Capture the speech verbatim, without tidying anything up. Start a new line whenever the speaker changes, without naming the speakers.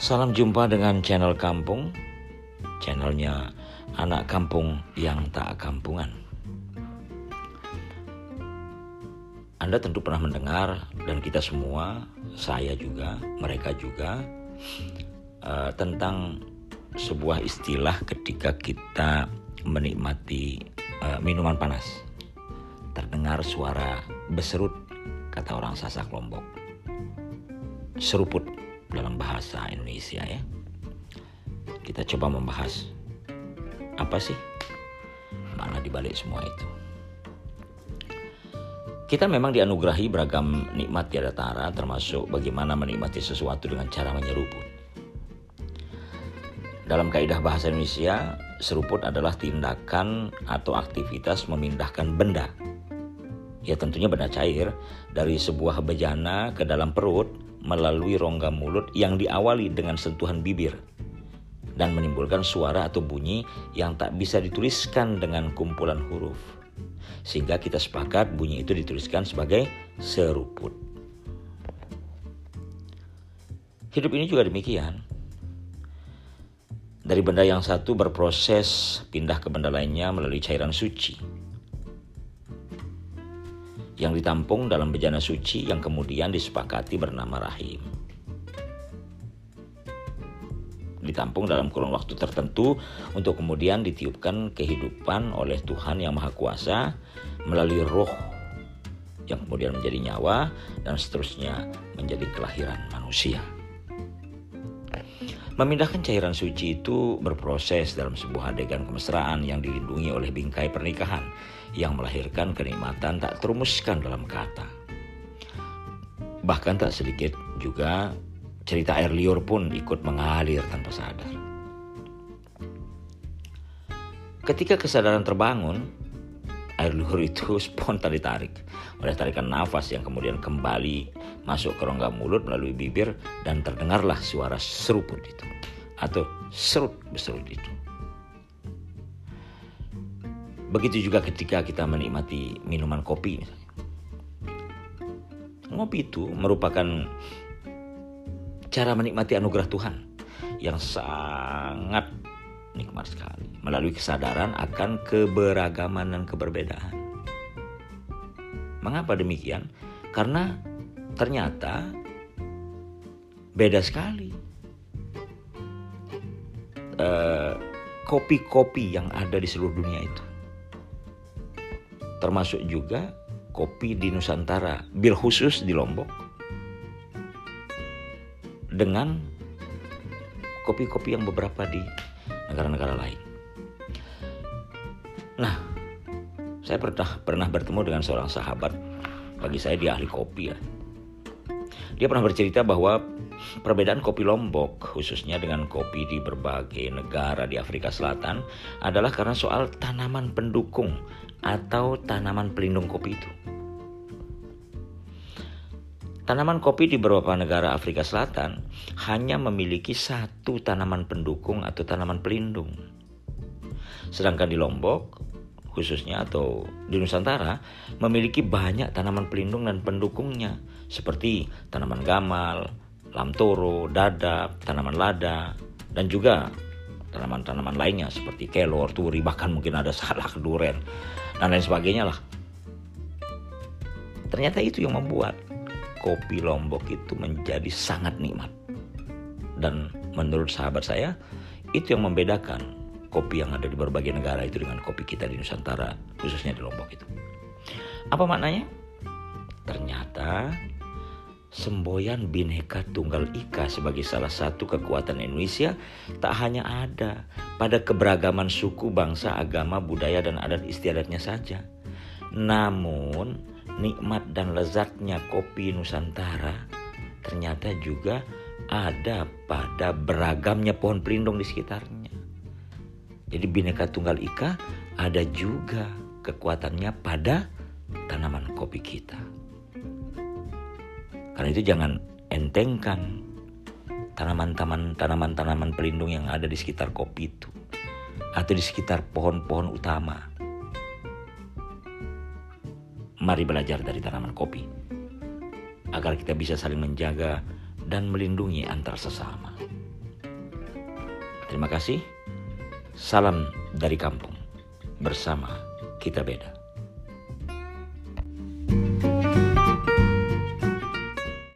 Salam jumpa dengan channel Kampung, channelnya anak kampung yang tak kampungan. Anda tentu pernah mendengar, dan kita semua, saya juga, mereka juga, uh, tentang sebuah istilah ketika kita menikmati uh, minuman panas. Terdengar suara beserut, kata orang Sasak Lombok. Seruput dalam bahasa Indonesia ya. Kita coba membahas apa sih makna dibalik semua itu. Kita memang dianugerahi beragam nikmat tiada tara, termasuk bagaimana menikmati sesuatu dengan cara menyeruput. Dalam kaidah bahasa Indonesia, seruput adalah tindakan atau aktivitas memindahkan benda, ya tentunya benda cair, dari sebuah bejana ke dalam perut melalui rongga mulut yang diawali dengan sentuhan bibir dan menimbulkan suara atau bunyi yang tak bisa dituliskan dengan kumpulan huruf, sehingga kita sepakat bunyi itu dituliskan sebagai seruput. Hidup ini juga demikian. Dari benda yang satu berproses pindah ke benda lainnya melalui cairan suci yang ditampung dalam bejana suci yang kemudian disepakati bernama rahim. Ditampung dalam kurun waktu tertentu untuk kemudian ditiupkan kehidupan oleh Tuhan yang Maha Kuasa melalui roh yang kemudian menjadi nyawa dan seterusnya menjadi kelahiran manusia. Memindahkan cairan suci itu berproses dalam sebuah adegan kemesraan yang dilindungi oleh bingkai pernikahan yang melahirkan kenikmatan tak terumuskan dalam kata. Bahkan tak sedikit juga cerita air liur pun ikut mengalir tanpa sadar. Ketika kesadaran terbangun, air liur itu spontan ditarik oleh tarikan nafas yang kemudian kembali masuk ke rongga mulut melalui bibir, dan terdengarlah suara seruput itu atau serut beserut itu. Begitu juga ketika kita menikmati minuman kopi misalnya. Ngopi itu merupakan cara menikmati anugerah Tuhan yang sangat nikmat sekali melalui kesadaran akan keberagaman dan keberbedaan. Mengapa demikian? Karena ternyata beda sekali uh, kopi-kopi yang ada di seluruh dunia itu. Termasuk juga kopi di Nusantara, bil khusus di Lombok, dengan kopi-kopi yang beberapa di negara-negara lain. Nah, saya pernah pernah bertemu dengan seorang sahabat, bagi saya dia ahli kopi ya. Dia pernah bercerita bahwa perbedaan kopi Lombok khususnya dengan kopi di berbagai negara di Afrika Selatan adalah karena soal tanaman pendukung atau tanaman pelindung kopi itu. Tanaman kopi di beberapa negara Afrika Selatan hanya memiliki satu tanaman pendukung atau tanaman pelindung. Sedangkan di Lombok khususnya atau di Nusantara memiliki banyak tanaman pelindung dan pendukungnya, seperti tanaman gamal, lamtoro, dadap, tanaman lada, dan juga tanaman-tanaman lainnya seperti kelor, turi, bahkan mungkin ada salak, duren, dan lain sebagainya lah. Ternyata itu yang membuat kopi Lombok itu menjadi sangat nikmat. Dan menurut sahabat saya, itu yang membedakan kopi yang ada di berbagai negara itu dengan kopi kita di Nusantara, khususnya di Lombok itu. Apa maknanya? Ternyata semboyan Bhinneka Tunggal Ika sebagai salah satu kekuatan Indonesia tak hanya ada pada keberagaman suku, bangsa, agama, budaya, dan adat istiadatnya saja. Namun nikmat dan lezatnya kopi Nusantara ternyata juga ada pada beragamnya pohon pelindung di sekitarnya. Jadi Bhinneka Tunggal Ika ada juga kekuatannya pada tanaman kopi kita. Karena itu jangan entengkan tanaman-tanaman tanaman-tanaman pelindung yang ada di sekitar kopi itu atau di sekitar pohon-pohon utama. Mari belajar dari tanaman kopi agar kita bisa saling menjaga dan melindungi antar sesama. Terima kasih. Salam dari kampung. Bersama kita beda.